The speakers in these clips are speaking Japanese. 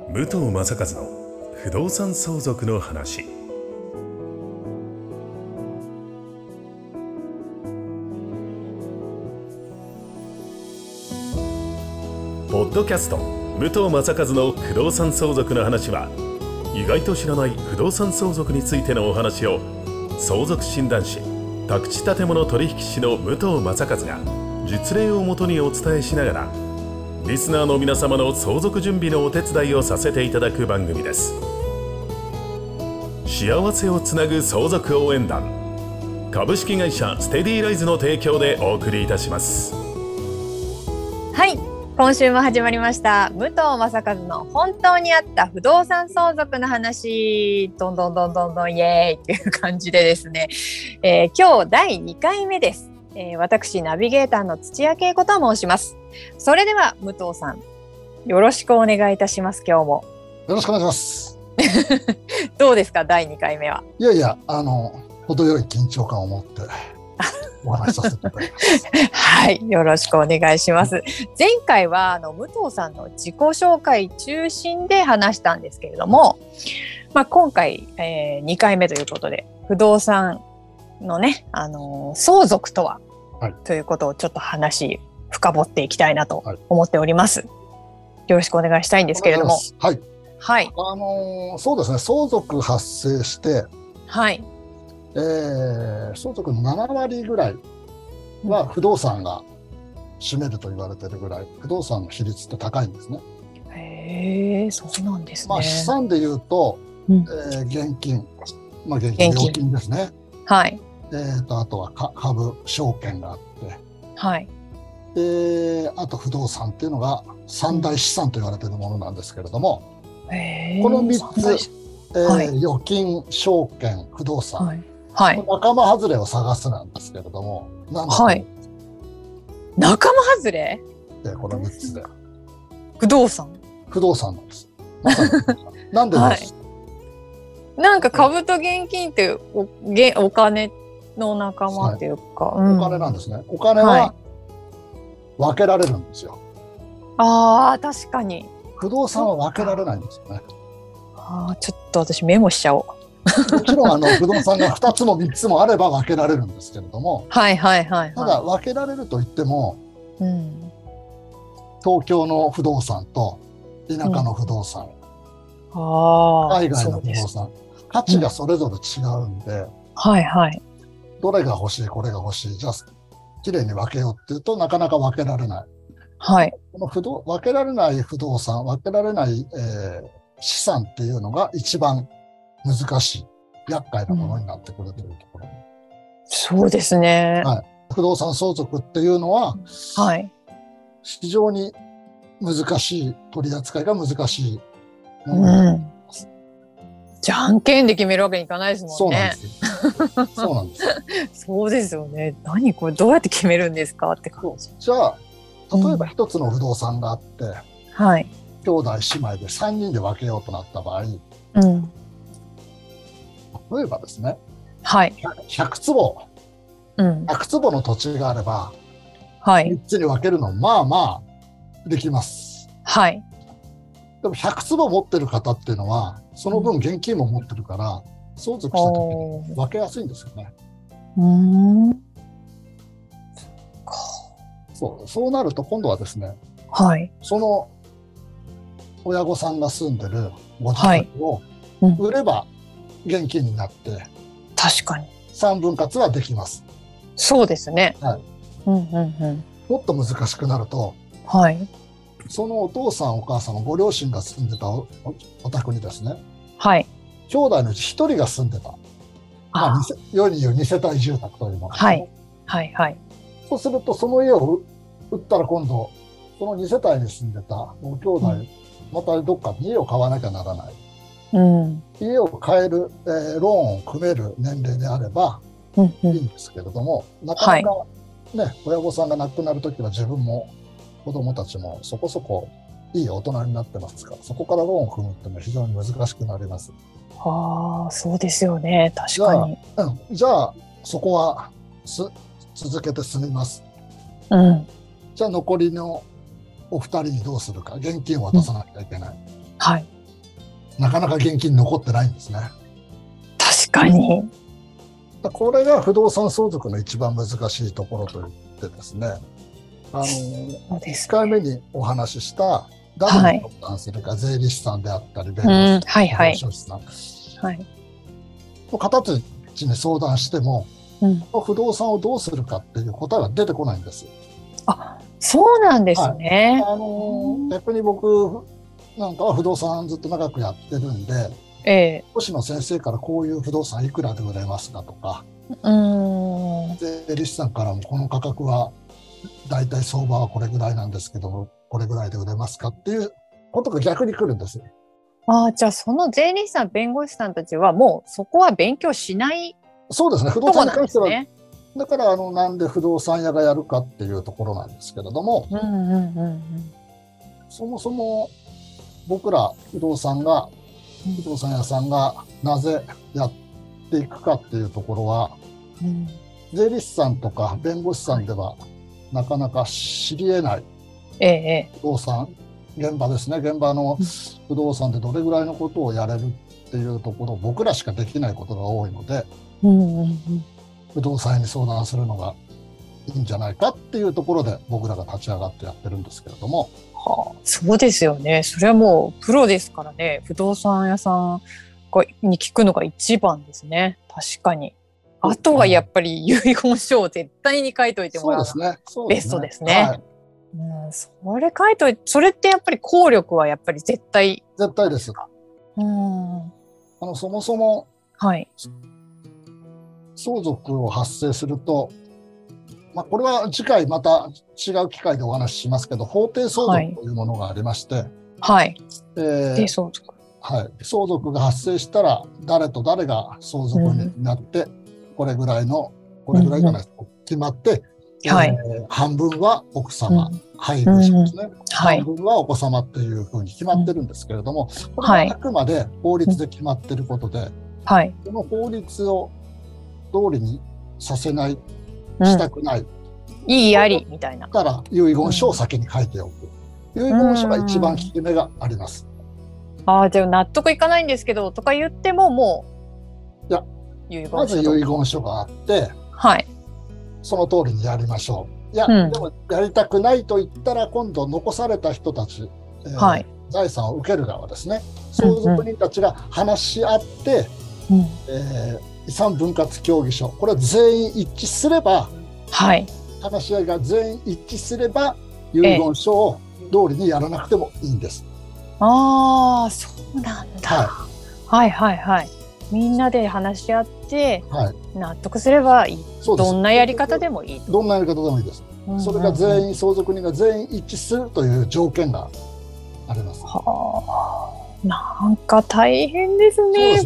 武藤正和の不動産相続の話。ポッドキャスト武藤正和の不動産相続の話は、意外と知らない不動産相続についてのお話を相続診断士、宅地建物取引士の武藤正和が実例をもとにお伝えしながら、リスナーの皆様の相続準備のお手伝いをさせていただく番組です。幸せをつなぐ相続応援団、株式会社ステディライズの提供でお送りいたします。 はい、今週も始まりました武藤正和の本当にあった不動産相続の話。どんどんイエーイっていう感じでですね、今日第2回目です。私ナビゲーターの土屋恵子と申します。それでは武藤さん、よろしくお願いいたします。今日もよろしくお願いします。 どうですか、第2回目は。 いや程よい緊張感を持ってお話しさせていただきますはい、よろしくお願いします。前回は武藤さんの自己紹介中心で話したんですけれども、今回、2回目ということで不動産のね、相続とは、 はい、 ということをちょっと話深掘っていきたいなと思っております。よろしくお願いしたいんですけれども。 はい、 はい、 そうですね、相続発生して、 はい、 相続の7割ぐらいは不動産が占めると言われているぐらい、不動産の比率って高いんですね。 へえ、そうなんですね。 資産でいうと、現金、現金ですね。 はい。 あとは株、証券があって、 はい。 あと不動産っていうのが三大資産と言われているものなんですけれども、この3つ、預金、証券、不動産、仲間外れを探すなんですけれども、なんだと思います？ 仲間外れ？ この3つで不動産なんです。まさになんでです？ なんか株と現金ってお金の仲間っていうか、 お金なんですね。お金は分けられるんですよ。 確かに。 不動産は分けられないんですよね。 ちょっと私メモしちゃおう。 もちろん不動産が2つも3つもあれば分けられるんですけれども、ただ分けられるといっても、東京の不動産と田舎の不動産、海外の不動産、価値がそれぞれ違うんで、どれが欲しい、これが欲しい、じゃあきれいに分けようっていうとなかなか分けられない。この分けられない不動産、分けられない、資産っていうのが一番難しい、厄介なものになってくるというところ。 そうですね。 不動産相続っていうのは、非常に難しい、取り扱いが難しいものになっています。 じゃんけんで決めるわけにいかないですもんね。 そうなんです。 そうですよね。何これどうやって決めるんですかって感じ。 じゃあ例えば一つの不動産があって、兄弟姉妹で3人で分けようとなった場合、例えばですね、100坪の土地があれば、3つに分けるのできます。でも100坪持ってる方っていうのはその分現金も持ってるから、相続した時に分けやすいんですよね。そうなると今度はですね、その親御さんが住んでるご自宅を売れば現金になって、 確かに 3分割はできます。 そうですね。 もっと難しくなると、そのお父さんお母さんご両親が住んでた お宅にですね、兄弟のうち1人が住んでた、世に言う2世帯住宅というものですね。そうするとその家を売ったら今度その2世帯に住んでた兄弟、またどっかに家を買わなきゃならない。家を買える、ローンを組める年齢であればいいんですけれども、なかなか親御さんが亡くなるときは自分も子供たちもそこそこいい大人になってますから、そこからローンを組むっていうのは非常に難しくなります。 そうですよね。確かに。 じゃあそこは続けて住みます。じゃあ残りのお二人にどうするか、現金を渡さなきゃいけない。 なかなか現金残ってないんですね。 確かに。 これが不動産相続の一番難しいところといってですね、1回目にお話しした誰に相談するか、税理士さんであったり弁護士さん、形に相談しても、不動産をどうするかっていう答えは出てこないんです。 あ、そうなんですね。 逆に僕なんかは不動産ずっと長くやってるんで、星野先生からこういう不動産いくらで売れますかとか、税理士さんからもこの価格はだいたい相場はこれぐらいなんですけど、これぐらいで売れますかっていうことが逆に来るんです。 じゃあその税理士さん、弁護士さんたちはもうそこは勉強しない。 そうですね、不動産に関しては、だからなんで不動産屋がやるかっていうところなんですけれども、そもそも僕ら不動産屋さんがなぜやっていくかっていうところは、税理士さんとか弁護士さんではなかなか知り得ない不動産、現場ですね、現場の不動産でどれぐらいのことをやれるっていうところ、僕らしかできないことが多いので、不動産屋に相談するのがいいんじゃないかっていうところで僕らが立ち上がってやってるんですけれども。 そうですよね。それはもうプロですからね。不動産屋さんに聞くのが一番ですね。確かに。あとはやっぱり遺言書を絶対に書いといてもらうのがベストですね。それ書いといて、それってやっぱり効力はやっぱり絶対ですか。そもそも、相続を発生すると、これは次回また違う機会でお話ししますけど、法定相続というものがありまして、相続が発生したら誰と誰が相続人になって、これぐらいじゃないですか、決まって、半分は奥様、配偶者ですね、半分はお子様っていうふうに決まってるんですけれども、これはあくまで法律で決まってることで、この法律を通りにさせない、したくない、 いいありみたいな。 だから遺言書を先に書いておく。遺言書が一番効き目があります。 じゃあ納得いかないんですけどとか言っても、もうまず遺言書があって、その通りにやりましょう。でもやりたくないと言ったら、今度残された人たち、財産を受ける側ですね、相続人たちが話し合って、遺産分割協議書、これは全員一致すれば、話し合いが全員一致すれば、遺言書を通りにやらなくてもいいんです。 そうなんだ。みんなで話し合って、納得すればいい。どんなやり方でもいい。 どんなやり方でもいいです。それが全員、相続人が全員一致するという条件があります。 なんか大変ですね、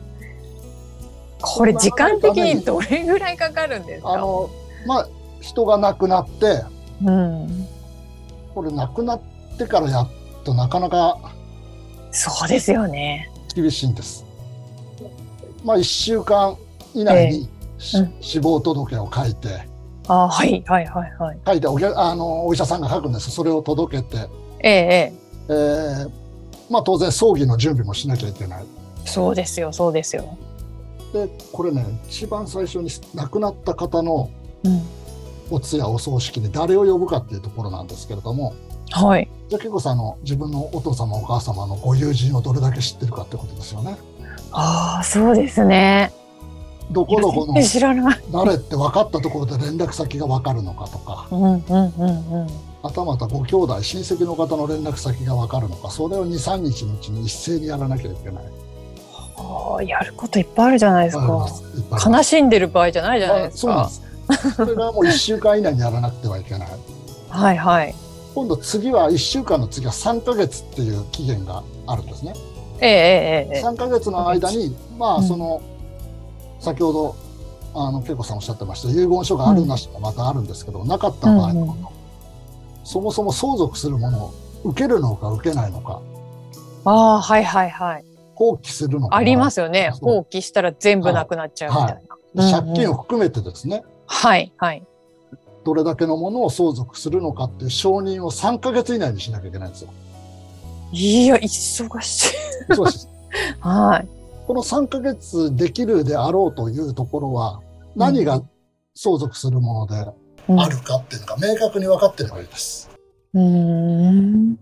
これ時間的にどれぐらいかかるんですか？ 人が亡くなって、これ亡くなってからやっとなかなかそうですよね、 厳しいんです。1週間以内に死亡届を書いて、書いてお医者さんが書くんです。それを届けて、当然葬儀の準備もしなきゃいけない。 そうですよ。 でこれね、一番最初に亡くなった方のお通夜お葬式に誰を呼ぶかっていうところなんですけれども、じゃあ結構さんの自分のお父様お母様のご友人をどれだけ知ってるかってことですよね。 そうですね。 どこどこの誰って分かったところで連絡先が分かるのかとか、またまたご兄弟親戚の方の連絡先が分かるのか、それを 2,3 日のうちに一斉にやらなきゃいけない。 やることいっぱいあるじゃないですか。悲しんでる場合じゃないじゃないですか。 それがもう1週間以内にやらなくてはいけない。今度次は1週間の次は3ヶ月っていう期限があるんですね。3ヶ月の間に、その先ほど恵子さんおっしゃってました遺言書があるなしがまたあるんですけど、なかった場合のこと、そもそも相続するものを受けるのか受けないのか、放棄するのか、 ありますよね。放棄したら全部なくなっちゃうみたいな、借金を含めてですね、どれだけのものを相続するのかっていう承認を3ヶ月以内にしなきゃいけないんですよ。 いや、忙しい。 はい。 この3ヶ月できるであろうというところは、何が相続するものであるかっていうのが明確に分かっていればいいです。隠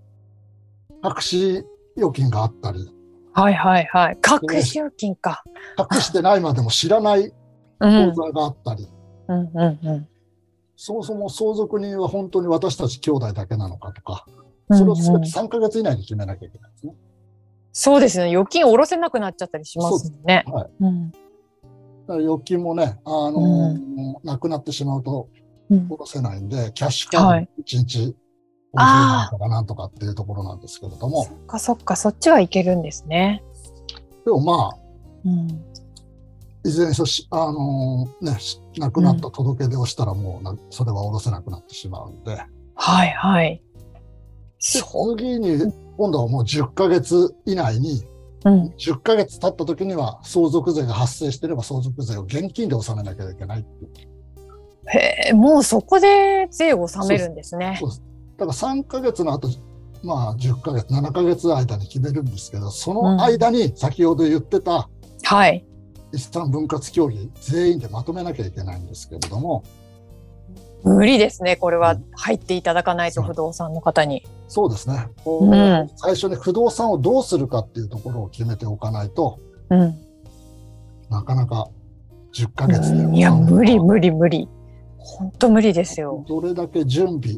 し預金があったり。 はいはいはい。隠し預金か。 隠してないまでも知らない口座があったり。そもそも相続人は本当に私たち兄弟だけなのかとか、それを全て3ヶ月以内に決めなきゃいけないですね。 そうですね。預金下ろせなくなっちゃったりしますもんね。 はい。だから預金もね、なくなってしまうと下ろせないんで、キャッシュカード1日50万とかなんとかっていうところなんですけれども。 そっか、そっちはいけるんですね。 でもまあ、いずれにしろ亡くなった届け出をしたらもうそれは下ろせなくなってしまうんで。 はいはい。 次に今度はもう10ヶ月以内に、10ヶ月経った時には相続税が発生していれば相続税を現金で納めなきゃいけないっていう。 へえ、もうそこで税を納めるんですね。 そうです。だから3ヶ月の後、まあ10ヶ月、7ヶ月間に決めるんですけど、その間に先ほど言ってた、遺産分割協議全員でまとめなきゃいけないんですけれども。 無理ですね。これは入っていただかないと、不動産の方に。 そうですね。最初に不動産をどうするかっていうところを決めておかないと、なかなか10ヶ月で。 いや、無理。本当無理ですよ。 どれだけ準備。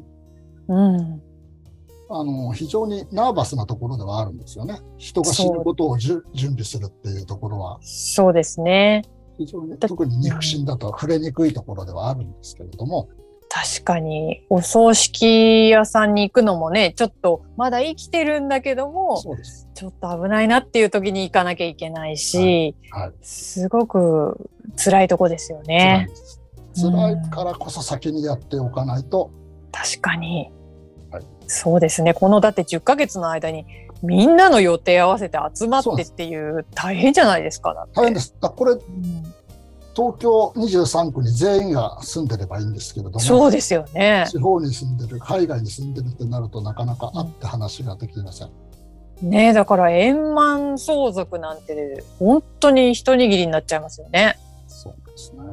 非常にナーバスなところではあるんですよね。人が死ぬことを準備するっていうところは。 そうですね。 非常に特に肉親だと触れにくいところではあるんですけれども。 確かにお葬式屋さんに行くのもね、ちょっとまだ生きてるんだけども、ちょっと危ないなっていう時に行かなきゃいけないし、すごく辛いとこですよね。 辛いからこそ先にやっておかないと。 確かに、そうですね。このだって10ヶ月の間にみんなの予定合わせて集まってっていう大変じゃないですか。だって大変です。これ、東京23区に全員が住んでればいいんですけれども、 そうですよね。 地方に住んでる、海外に住んでるってなるとなかなか会って話ができません。 ねえ、だから円満相続なんて本当に一握りになっちゃいますよね。 そうですね。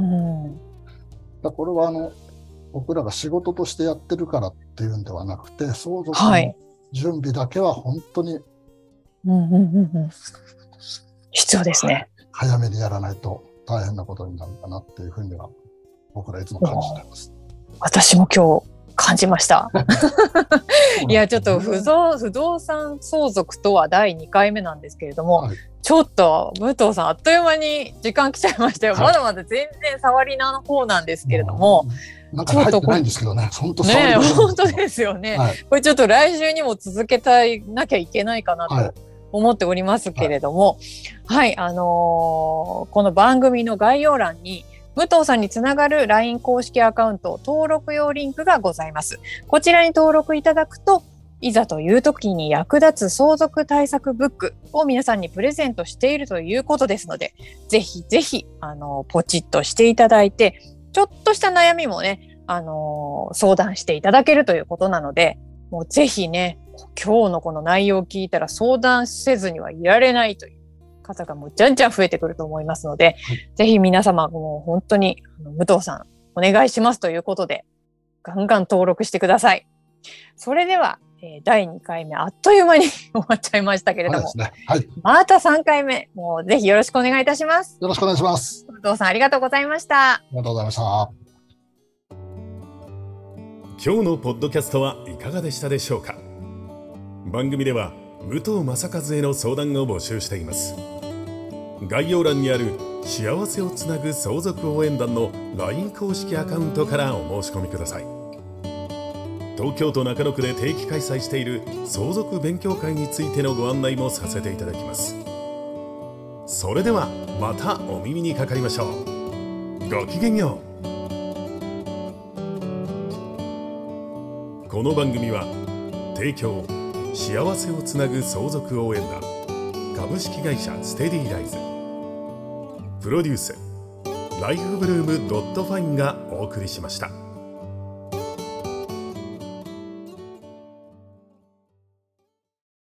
これは僕らが仕事としてやってるからっていうんではなくて、相続の準備だけは本当に必要ですね。 早めにやらないと大変なことになるかなっていうふうには僕らいつも感じています。 私も今日感じましたいや、ちょっと不動産相続とは第2回目なんですけれども、ちょっと武藤さんあっという間に時間来ちゃいましたよ。まだまだ全然触りの方なんですけれども、 なんか入ってないんですけどね。本当ですよね。これちょっと来週にも続けなきゃいけないかなと思っておりますけれども、この番組の概要欄に武藤さんにつながる LINE 公式アカウント登録用リンクがございます。こちらに登録いただくと、いざという時に役立つ相続対策ブックを皆さんにプレゼントしているということですので、ぜひぜひポチッとしていただいて、ちょっとした悩みもね、相談していただけるということなので、もうぜひね、今日のこの内容を聞いたら相談せずにはいられないという方がもうじゃんじゃん増えてくると思いますので、ぜひ皆様もう本当に武藤さんお願いしますということで、ガンガン登録してください。それでは、第2回目あっという間に終わっちゃいましたけれども、また3回目もうぜひよろしくお願いいたします。 よろしくお願いします。 武藤さんありがとうございました。 ありがとうございました。 今日のポッドキャストはいかがでしたでしょうか。番組では武藤正和への相談を募集しています。概要欄にある幸せをつなぐ相続応援団の LINE 公式アカウントからお申し込みください。東京都中野区で定期開催している相続勉強会についてのご案内もさせていただきます。それではまたお耳にかかりましょう。ごきげんよう。この番組は提供幸せをつなぐ相続応援団、株式会社ステディライズ、プロデュースライフブルームドットファインがお送りしました。